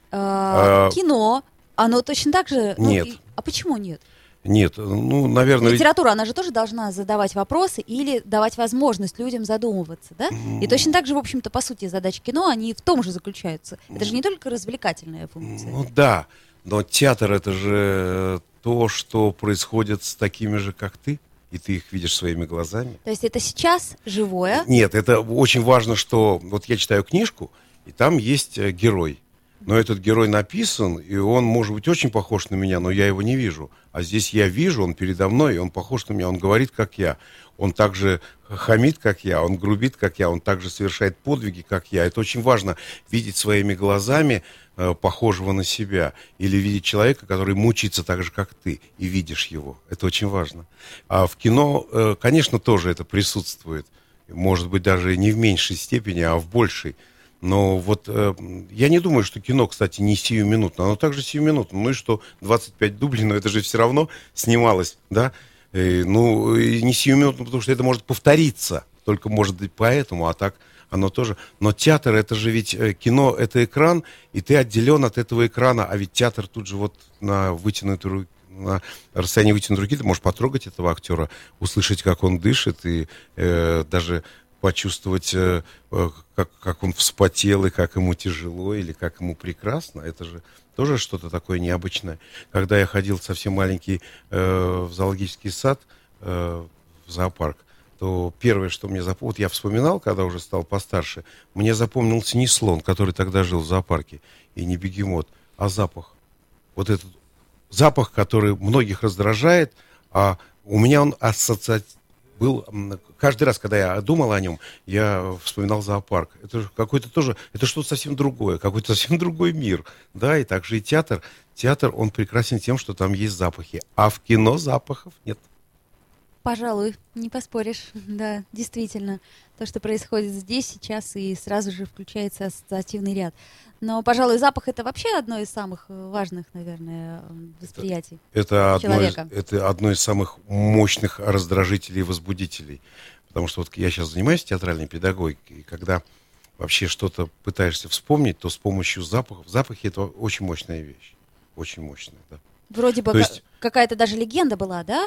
кино, оно точно так же... Нет. А почему нет? Нет, наверное... Литература, она же тоже должна задавать вопросы или давать возможность людям задумываться, да? И точно так же, в общем-то, по сути, задачи кино, они в том же заключаются. Это же не только развлекательная функция. Ну да, но театр — это же то, что происходит с такими же, как ты, и ты их видишь своими глазами. То есть это сейчас живое? Нет, это очень важно, что... Вот я читаю книжку, и там есть герой. Но этот герой написан, и он может быть очень похож на меня, но я его не вижу. А здесь я вижу, он передо мной, и он похож на меня, он говорит, как я. Он также хамит, как я, он грубит, как я, он также совершает подвиги, как я. Это очень важно, видеть своими глазами похожего на себя. Или видеть человека, который мучается так же, как ты, и видишь его. Это очень важно. А в кино, конечно, тоже это присутствует. Может быть, даже не в меньшей степени, а в большей. Но вот я не думаю, что кино, кстати, не сиюминутно. Оно также сиюминутно. Ну и что, 25 дублей, но это же все равно снималось, да? И не сиюминутно, потому что это может повториться. Только может быть поэтому, а так оно тоже. Но театр, это же ведь кино, это экран, и ты отделен от этого экрана. А ведь театр тут же вот на расстоянии вытянутой руки ты можешь потрогать этого актера, услышать, как он дышит, и даже... почувствовать, как он вспотел, и как ему тяжело, или как ему прекрасно. Это же тоже что-то такое необычное. Когда я ходил совсем маленький в зоологический сад, в зоопарк, то первое, что мне запомнилось, вот я вспоминал, когда уже стал постарше, мне запомнился не слон, который тогда жил в зоопарке, и не бегемот, а запах. Вот этот запах, который многих раздражает, а у меня он был, каждый раз, когда я думал о нем, я вспоминал зоопарк. Это же какой-то тоже, это что-то совсем другое, какой-то совсем другой мир. Да, и также и театр. Театр, он прекрасен тем, что там есть запахи. А в кино запахов нет. Пожалуй, не поспоришь. Да, действительно. То, что происходит здесь, сейчас, и сразу же включается ассоциативный ряд. Но, пожалуй, запах — это вообще одно из самых важных, наверное, восприятий человека. Это одно из самых мощных раздражителей и возбудителей. Потому что вот я сейчас занимаюсь театральной педагогикой, и когда вообще что-то пытаешься вспомнить, то с помощью запахов. Запахи — это очень мощная вещь. Очень мощная, да. Вроде бы какая-то даже легенда была, да,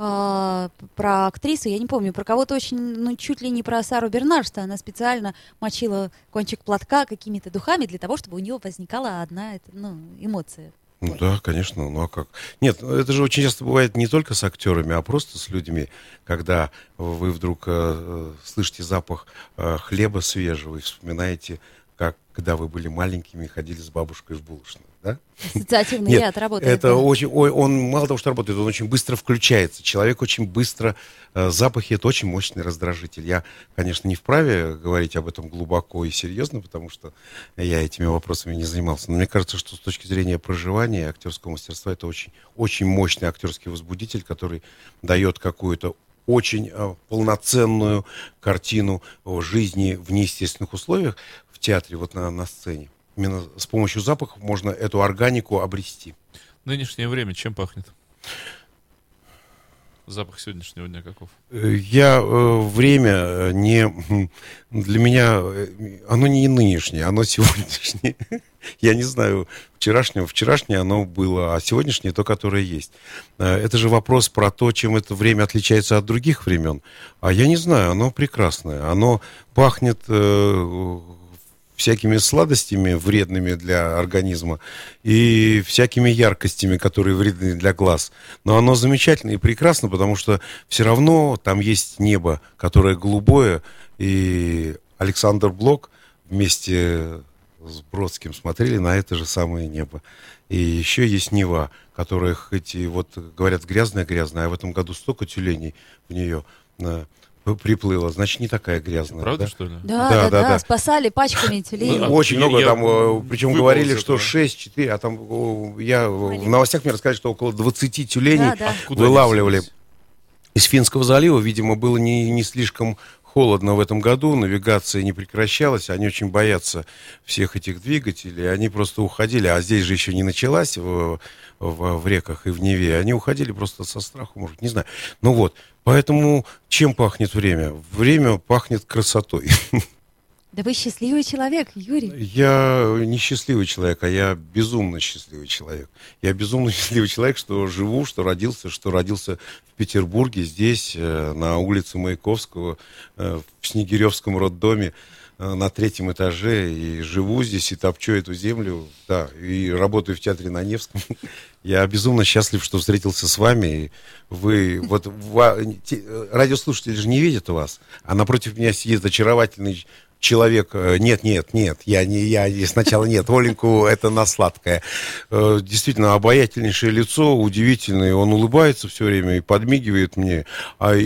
про актрису, я не помню, про кого-то очень, чуть ли не про Сару Бернар, что она специально мочила кончик платка какими-то духами для того, чтобы у нее возникала одна эмоция. Ну да, конечно, ну а как? Нет, ну это же очень часто бывает не только с актерами, а просто с людьми, когда вы вдруг слышите запах хлеба свежего и вспоминаете, как когда вы были маленькими и ходили с бабушкой в булочную, да? Ассоциативный Нет, ряд работает. это да. очень, ой, он мало того, что работает, он очень быстро включается. Человек очень быстро, запахи это очень мощный раздражитель. Я, конечно, не вправе говорить об этом глубоко и серьезно, потому что я этими вопросами не занимался. Но мне кажется, что с точки зрения проживания актерского мастерства это очень, очень мощный актерский возбудитель, который дает какую-то очень полноценную картину жизни в неестественных условиях в театре, вот на сцене. Именно с помощью запахов можно эту органику обрести. Нынешнее время чем пахнет? Запах сегодняшнего дня каков? Время не... Для меня оно не нынешнее, оно сегодняшнее. Я не знаю, вчерашнее оно было, а сегодняшнее то, которое есть. Это же вопрос про то, чем это время отличается от других времен. А я не знаю, оно прекрасное. Оно пахнет всякими сладостями, вредными для организма, и всякими яркостями, которые вредны для глаз. Но оно замечательно и прекрасно, потому что все равно там есть небо, которое голубое, и Александр Блок вместе с Бродским смотрели на это же самое небо. И еще есть Нева, которая хоть и вот говорят грязная-грязная, а в этом году столько тюленей в нее приплыло, значит, не такая грязная. Правда, да? что ли? Да, спасали пачками тюленей. Очень много Я там, причем выпал говорили, из что этого. 6-4, а там в новостях мне рассказали, что около 20 тюленей Да. Откуда они вылавливали взялись? из Финского залива. Видимо, было не слишком холодно в этом году, навигация не прекращалась, они очень боятся всех этих двигателей, они просто уходили, а здесь же еще не началась в реках и в Неве, они уходили просто со страху, может, не знаю. Ну вот, поэтому чем пахнет время? Время пахнет красотой. Да вы счастливый человек, Юрий. Я не счастливый человек, а я безумно счастливый человек. Я безумно счастливый человек, что живу, что родился в Петербурге, здесь, на улице Маяковского, в Снегиревском роддоме, на 3-м этаже, и живу здесь, и топчу эту землю, да, и работаю в театре на Невском. Я безумно счастлив, что встретился с вами, и вы, вот, радиослушатели же не видят вас, а напротив меня сидит очаровательный человек, нет, я сначала нет, Оленьку это на сладкое. Действительно, обаятельнейшее лицо, удивительное, он улыбается все время и подмигивает мне, а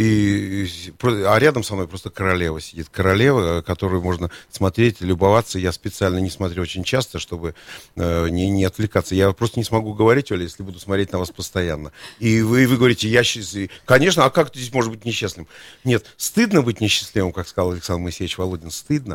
рядом со мной просто королева сидит, королева, которую можно смотреть, любоваться. Я специально не смотрю очень часто, чтобы не отвлекаться. Я просто не смогу говорить, Оля, если буду смотреть на вас постоянно. И вы говорите, я счастлив. Конечно, а как ты здесь может быть несчастливым? Нет, стыдно быть несчастливым, как сказал Александр Моисеевич Володин, стыдно.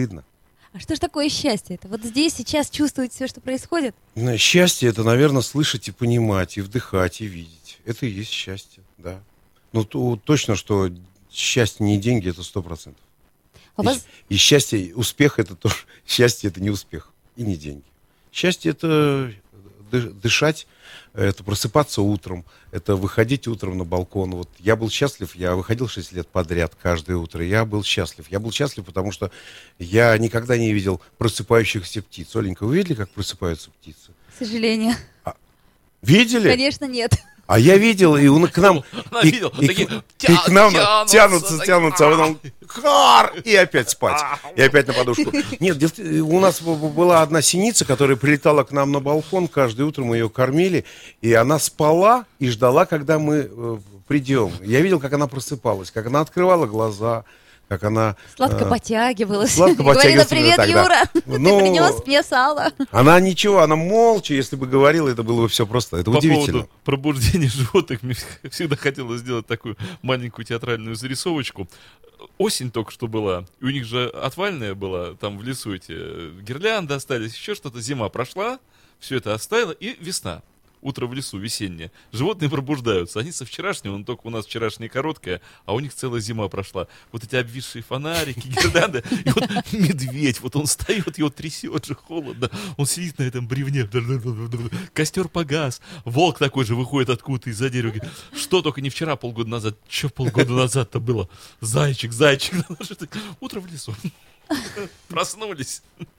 А что же такое счастье? Это вот здесь, сейчас чувствовать все, что происходит? Счастье — это, наверное, слышать и понимать, и вдыхать, и видеть. Это и есть счастье, да. Ну, точно, что счастье не деньги, это 100%. А у вас... И счастье, успех — это тоже... Счастье — это не успех и не деньги. Счастье — это дышать, это просыпаться утром, это выходить утром на балкон. Вот я был счастлив, я выходил 6 лет подряд каждое утро, я был счастлив. Я был счастлив, потому что я никогда не видел просыпающихся птиц. Оленька, вы видели, как просыпаются птицы? К сожалению. Видели? Конечно, нет. А я видел, и он к нам... Она и- видела, и такие к нам тянутся, такие. а потом кар! И опять спать. И опять на подушку. Нет, у нас была одна синица, которая прилетала к нам на балкон. Каждое утро мы ее кормили. И она спала и ждала, когда мы придем. Я видел, как она просыпалась, как она открывала глаза, как она... Сладко потягивалась. сладко Говорила, потягивалась привет, тогда. Юра, ты Ну, принес мне сало. Она ничего, она молча, если бы говорила, это было бы все просто. Это По удивительно. поводу пробуждения животных, мне всегда хотелось сделать такую маленькую театральную зарисовочку. Осень только что была, и у них же отвальная была, там в лесу эти гирлянды остались, еще что-то, зима прошла, все это оставило, и весна. Утро в лесу, весеннее. Животные пробуждаются. Они со вчерашнего, но только у нас вчерашняя короткая, а у них целая зима прошла. Вот эти обвисшие фонарики, гирлянды. И вот медведь, вот он встает, его трясет же холодно. Он сидит на этом бревне. Костер погас. Волк такой же выходит откуда-то из-за дерева. Говорит, что только не вчера, полгода назад. Что полгода назад-то было? Зайчик. Утро в лесу. Проснулись.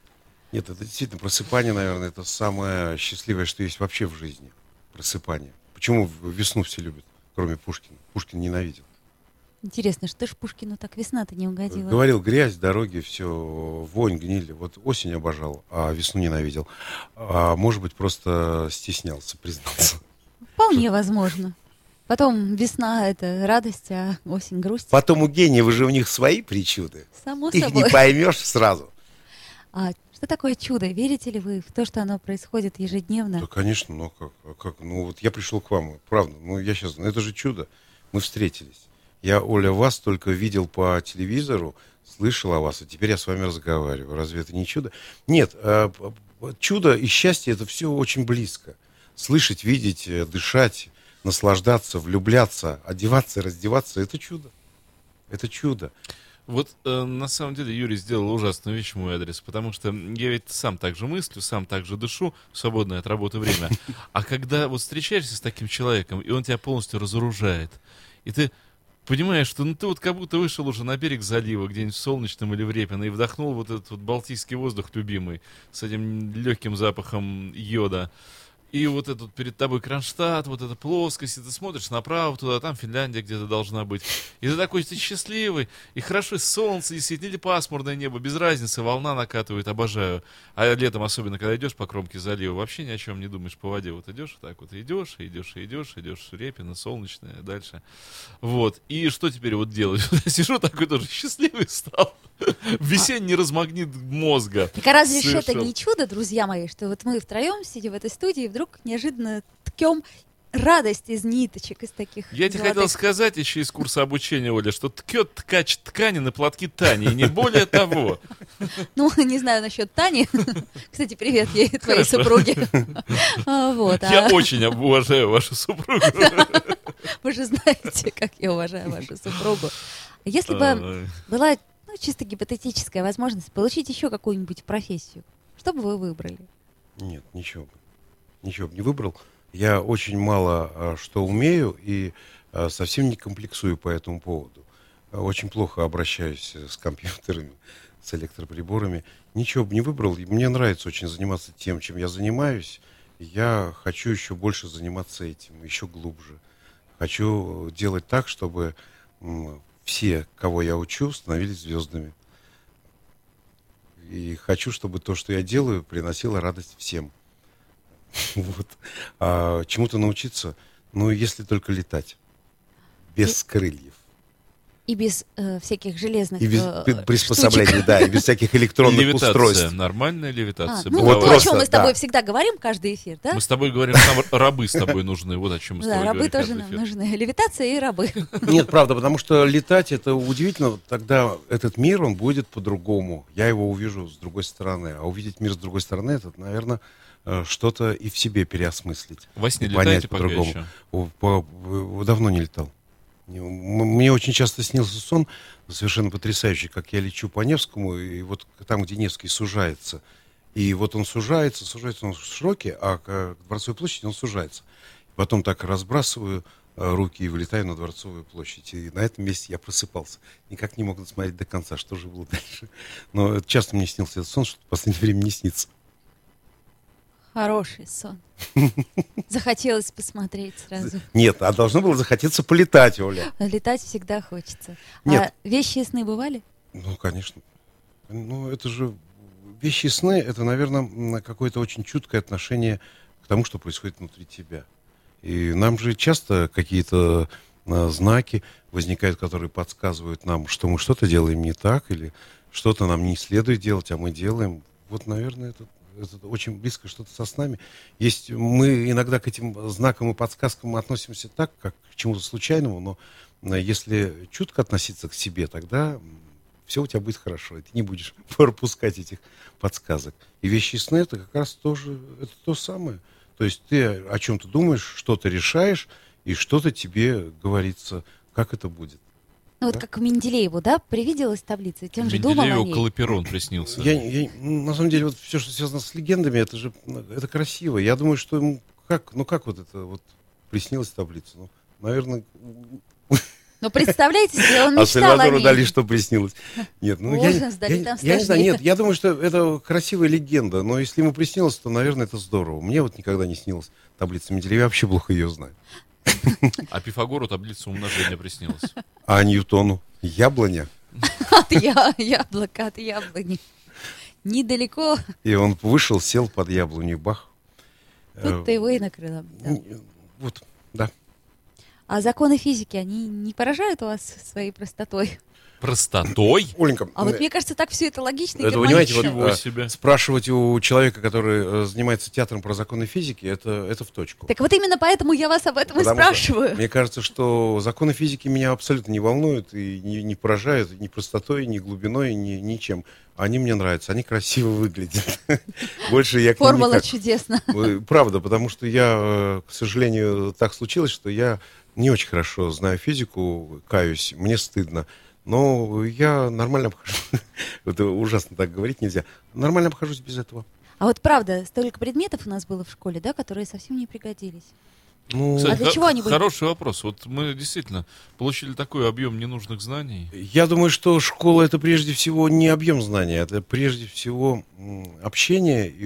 Нет, это действительно просыпание, наверное, это самое счастливое, что есть вообще в жизни. Просыпание. Почему весну все любят, кроме Пушкина? Пушкин ненавидел. Интересно, что ж Пушкину так весна-то не угодила? Говорил, грязь, дороги, все, вонь, гнили. Вот осень обожал, а весну ненавидел. А может быть, просто стеснялся, признался. Вполне возможно. Потом весна — это радость, а осень — грусть. Потом у гениев же у них свои причуды. Само Их собой. не поймешь сразу. А что такое чудо? Верите ли вы в то, что оно происходит ежедневно? Да, конечно, но как? Ну, вот я пришел к вам, правда. Ну, я сейчас, это же чудо. Мы встретились. Я, Оля, вас только видел по телевизору, слышал о вас, а теперь я с вами разговариваю. Разве это не чудо? Нет, чудо и счастье — это все очень близко. Слышать, видеть, дышать, наслаждаться, влюбляться, одеваться, раздеваться — это чудо. Это чудо. Вот на самом деле Юрий сделал ужасную вещь в мой адрес, потому что я ведь сам так же мыслю, сам так же дышу в свободное от работы время. А когда вот встречаешься с таким человеком, и он тебя полностью разоружает, и ты понимаешь, что ну, ты вот как будто вышел уже на берег залива, где-нибудь в Солнечном или в Репино, и вдохнул вот этот вот балтийский воздух любимый, с этим легким запахом йода. И вот этот перед тобой Кронштадт, вот эта плоскость, и ты смотришь направо туда, там Финляндия где-то должна быть. И ты такой, ты счастливый, и хорошо, и солнце, и светит, или пасмурное небо, без разницы, волна накатывает, обожаю. А летом, особенно, когда идешь по кромке залива, вообще ни о чем не думаешь по воде. Вот идешь так вот, идешь, Репино, Солнечное, дальше. Вот. И что теперь вот делать? Сижу такой тоже счастливый стал. Весенний размагнит мозга. Так а разве ж это совершил. не чудо, друзья мои, что вот мы втроем сидим в этой студии, и вдруг неожиданно ткем радость из ниточек, из таких Я тебе золотых. хотел сказать еще из курса обучения, Оля, что ткет ткач ткани на платки Тани, и не более того. Ну, не знаю насчет Тани. Кстати, привет ей, твоей Хорошо. супруге. Вот, Я очень уважаю вашу супругу. Вы же знаете, как я уважаю вашу супругу. Если бы была чисто гипотетическая возможность получить еще какую-нибудь профессию, что бы вы выбрали? Нет, ничего бы. Ничего бы не выбрал. Я очень мало что умею и совсем не комплексую по этому поводу. Очень плохо обращаюсь с компьютерами, с электроприборами. Ничего бы не выбрал. И мне нравится очень заниматься тем, чем я занимаюсь. Я хочу еще больше заниматься этим, еще глубже. Хочу делать так, чтобы все, кого я учу, становились звездами. И хочу, чтобы то, что я делаю, приносило радость всем. Вот. А чему-то научиться, ну, если только летать. Без крыльев. И без всяких железных И без приспособлений, штучек. да, и без всяких электронных Левитация. устройств. Нормальная левитация. Ну Вот вот то, о просто, чем мы с да. тобой всегда говорим каждый эфир, да? Мы с тобой говорим, что нам рабы с тобой нужны. Вот о чем мы с Да, тобой рабы говорим. тоже каждый нам эфир. нужны. Левитация и рабы. Нет, правда, потому что летать это удивительно. Тогда этот мир, он будет по-другому. Я его увижу с другой стороны. А увидеть мир с другой стороны, это, наверное, что-то и в себе переосмыслить. Во сне И летаете понять пока по-другому. Давно не летал. Мне очень часто снился сон, совершенно потрясающий, как я лечу по Невскому, и вот там, где Невский сужается. И вот он сужается он широкий, а к Дворцовой площади он сужается. Потом так разбрасываю руки и вылетаю на Дворцовую площадь. И на этом месте я просыпался. Никак не мог досмотреть до конца, что же было дальше. Но часто мне снился этот сон, что в последнее время не снится. Хороший сон. Захотелось посмотреть сразу. Нет, а должно было захотеться полетать, Оля. Летать всегда хочется. Нет. А вещи и сны бывали? Ну, конечно. Ну, это же вещи и сны, это, наверное, какое-то очень чуткое отношение к тому, что происходит внутри тебя. И нам же часто какие-то знаки возникают, которые подсказывают нам, что мы что-то делаем не так, или что-то нам не следует делать, а мы делаем. Вот, наверное, это очень близко что-то со снами. Мы иногда к этим знакам и подсказкам относимся так, как к чему-то случайному, но если чутко относиться к себе, тогда все у тебя будет хорошо, и ты не будешь пропускать этих подсказок. И вещи и сны — это как раз тоже это то самое. То есть ты о чем-то думаешь, что-то решаешь, и что-то тебе говорится, как это будет. Ну вот Да. как Менделееву, да, привиделась таблица, тем же думал о Менделееву ней. Колоперон приснился. На самом деле, вот все, что связано с легендами, это красиво. Я думаю, что ему как вот это вот приснилась таблица? Ну, наверное, Но представляете себе, он А мечтал о Сальвадору ней. Дали что приснилось? Нет, ну Ужас, Дали там я не знаю, страшнее. нет, я думаю, что это красивая легенда, но если ему приснилось, то, наверное, это здорово. Мне вот никогда не снилась таблица Менделеева, я вообще плохо ее знаю. А Пифагору таблица умножения приснилась. А Ньютону яблоня, От яблока, от яблони. Недалеко. и он вышел, сел под яблоню, бах. Тут-то его и накрыло. Да. Вот, да. А законы физики, они не поражают вас своей простотой? Простотой? Оленька, А вот мне кажется, так все это логично и это, понимаете, вот, Ничего себе. спрашивать у человека, который занимается театром про законы физики, это в точку. Так вот именно поэтому я вас об этом и Потому что спрашиваю. мне кажется, что законы физики меня абсолютно не волнуют и не поражают ни простотой, ни глубиной, ни ничем. Они мне нравятся, они красиво выглядят. Больше я к ним Формула никак. чудесна. Правда, потому что я, к сожалению, так случилось, что я не очень хорошо знаю физику, каюсь, мне стыдно. Но я нормально обхожусь. Это ужасно так говорить нельзя. Нормально обхожусь без этого. А вот правда, столько предметов у нас было в школе, да, которые совсем не пригодились. Ну, Кстати, А для чего они были? Хороший вопрос. Вот мы действительно получили такой объем ненужных знаний. я думаю, что школа — это прежде всего не объем знаний, это прежде всего общение, и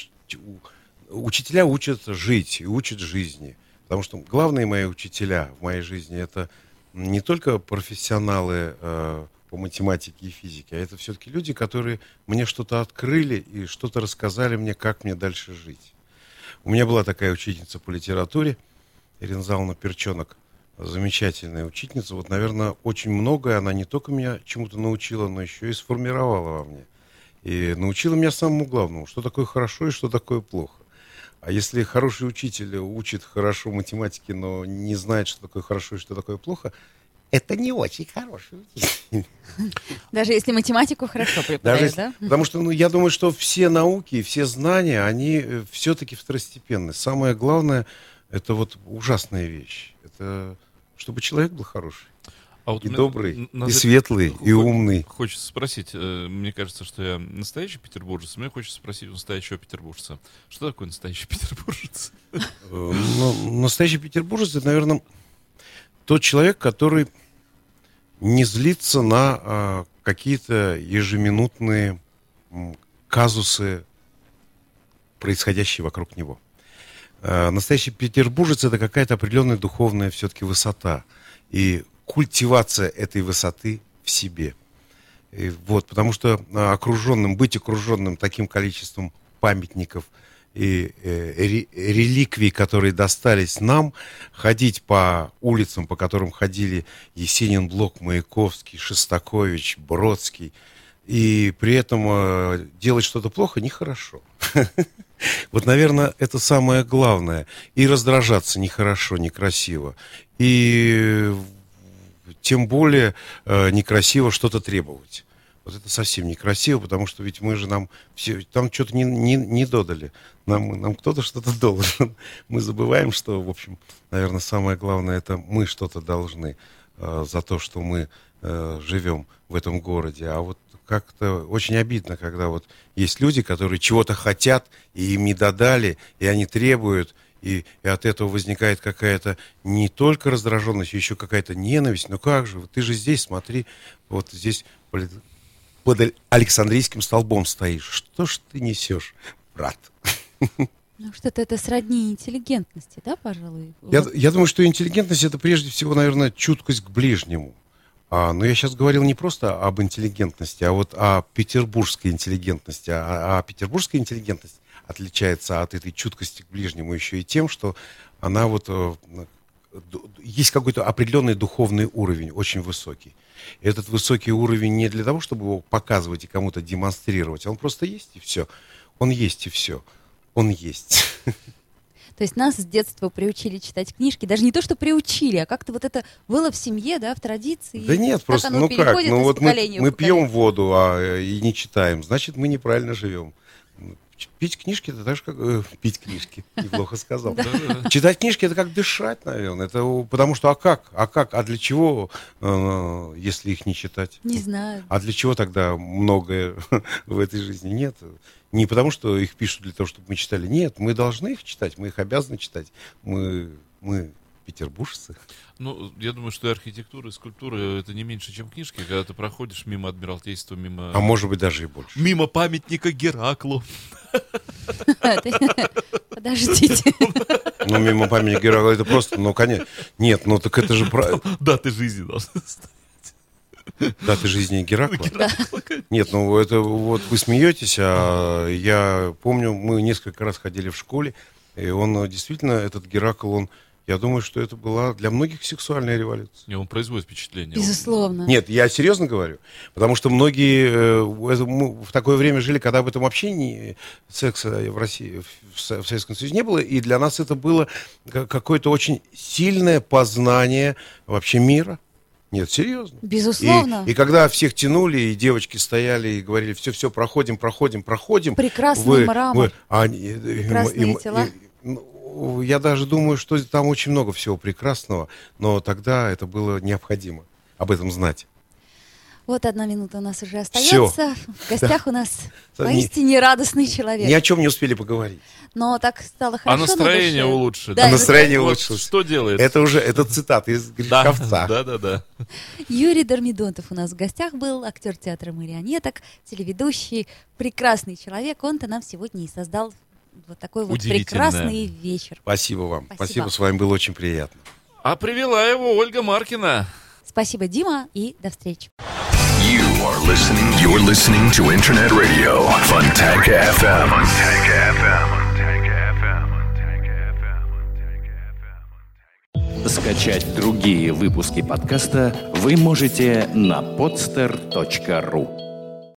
учителя учат жить и учат жизни. Потому что главные мои учителя в моей жизни — это не только профессионалы по математике и физике, а это все-таки люди, которые мне что-то открыли и что-то рассказали мне, как мне дальше жить. У меня была такая учительница по литературе, Ирина Заловна Перчонок, замечательная учительница. Вот, наверное, очень многое она не только меня чему-то научила, но еще и сформировала во мне. И научила меня самому главному, что такое хорошо и что такое плохо. А если хороший учитель учит хорошо математике, но не знает, что такое хорошо и что такое плохо, это не очень хороший учитель. Даже если математику хорошо преподают, да? Потому что я думаю, что все науки, все знания, они все-таки второстепенны. Самое главное, это вот ужасная вещь. Это чтобы человек был хороший. А вот И мне добрый, надо- и светлый, и умный. Хочется спросить, мне кажется, что я настоящий петербуржец, мне хочется спросить у настоящего петербуржца. Что такое настоящий петербуржец? Настоящий петербуржец — это, наверное, тот человек, который не злится на какие-то ежеминутные казусы, происходящие вокруг него. Настоящий петербуржец — это какая-то определенная духовная все-таки высота. И культивация этой высоты в себе. И вот, потому что быть окруженным таким количеством памятников и реликвий, которые достались нам, ходить по улицам, по которым ходили Есенин, Блок, Маяковский, Шостакович, Бродский, и при этом делать что-то плохо нехорошо. Вот, наверное, это самое главное. И раздражаться нехорошо, некрасиво. И тем более некрасиво что-то требовать. Вот это совсем некрасиво, потому что ведь мы же нам все там что-то не додали. Нам кто-то что-то должен. Мы забываем, что, в общем, наверное, самое главное, это мы что-то должны за то, что мы живем в этом городе. А вот как-то очень обидно, когда вот есть люди, которые чего-то хотят, и им не додали, и они требуют, и от этого возникает какая-то не только раздраженность, еще какая-то ненависть. Ну как же, ты же здесь, смотри, вот здесь под Александрийским столбом стоишь. Что ж ты несешь, брат? Ну, что-то это сродни интеллигентности, да, пожалуй? Я думаю, что интеллигентность — это прежде всего, наверное, чуткость к ближнему. Но я сейчас говорил не просто об интеллигентности, а вот о петербургской интеллигентности. А петербургская интеллигентность отличается от этой чуткости к ближнему еще и тем, что она вот... Есть какой-то определенный духовный уровень, очень высокий. И этот высокий уровень не для того, чтобы его показывать и кому-то демонстрировать. Он просто есть, и все. Он есть, и все. Он есть. То есть нас с детства приучили читать книжки, даже не то, что приучили, а как-то вот это было в семье, да, в традиции. Да нет, так просто, оно ну как, переходит ну из вот поколения в мы поколение. пьем воду, и не читаем, значит, мы неправильно живем. Пить книжки — это так же, как... пить книжки, неплохо сказал. Читать книжки — это как дышать, наверное. Это потому что, а для чего, если их не читать? Не знаю. А для чего тогда многое в этой жизни нет? Не потому, что их пишут для того, чтобы мы читали. Нет, мы должны их читать, мы их обязаны читать. Мы петербуржцы. Ну, я думаю, что и архитектура, и скульптура — это не меньше, чем книжки. Когда ты проходишь мимо Адмиралтейства, мимо... А может быть, даже и больше. Мимо памятника Гераклу. Подождите. Ну, мимо памятника Геракла, это просто, ну, конечно. Нет, ну, так это же... Даты жизни должны стоять. Даты жизни Геракла? Нет, ну, это вот вы смеетесь, а я помню, мы несколько раз ходили в школе, и он действительно, этот Геракл, он... Я думаю, что это была для многих сексуальная революция. Не, он производит впечатление. Безусловно. Нет, я серьезно говорю. Потому что многие мы в такое время жили, когда об этом вообще секса в России, в Советском Союзе не было. И для нас это было какое-то очень сильное познание вообще мира. Нет, серьезно. Безусловно. И когда всех тянули, и девочки стояли и говорили, все, проходим. Прекрасный мрамор. Прекрасные тела. Я даже думаю, что там очень много всего прекрасного, но тогда это было необходимо об этом знать. Вот 1 минута у нас уже остается. В гостях у нас поистине радостный человек. Ни о чем не успели поговорить. Но так стало хорошо. А настроение улучшилось. Да, настроение Вот улучшилось. что делает? Это цитата из Гришковца. Да. Юрий Дормидонтов у нас в гостях был, актер театра марионеток, телеведущий, прекрасный человек. Он-то нам сегодня и создал вот такой вот прекрасный вечер. Спасибо вам. Спасибо, с вами было очень приятно. А привела его Ольга Маркина. Спасибо, Дима, и до встречи. You're listening to Internet Radio, Fontanka FM. Скачать другие выпуски подкаста вы можете на podster.ru.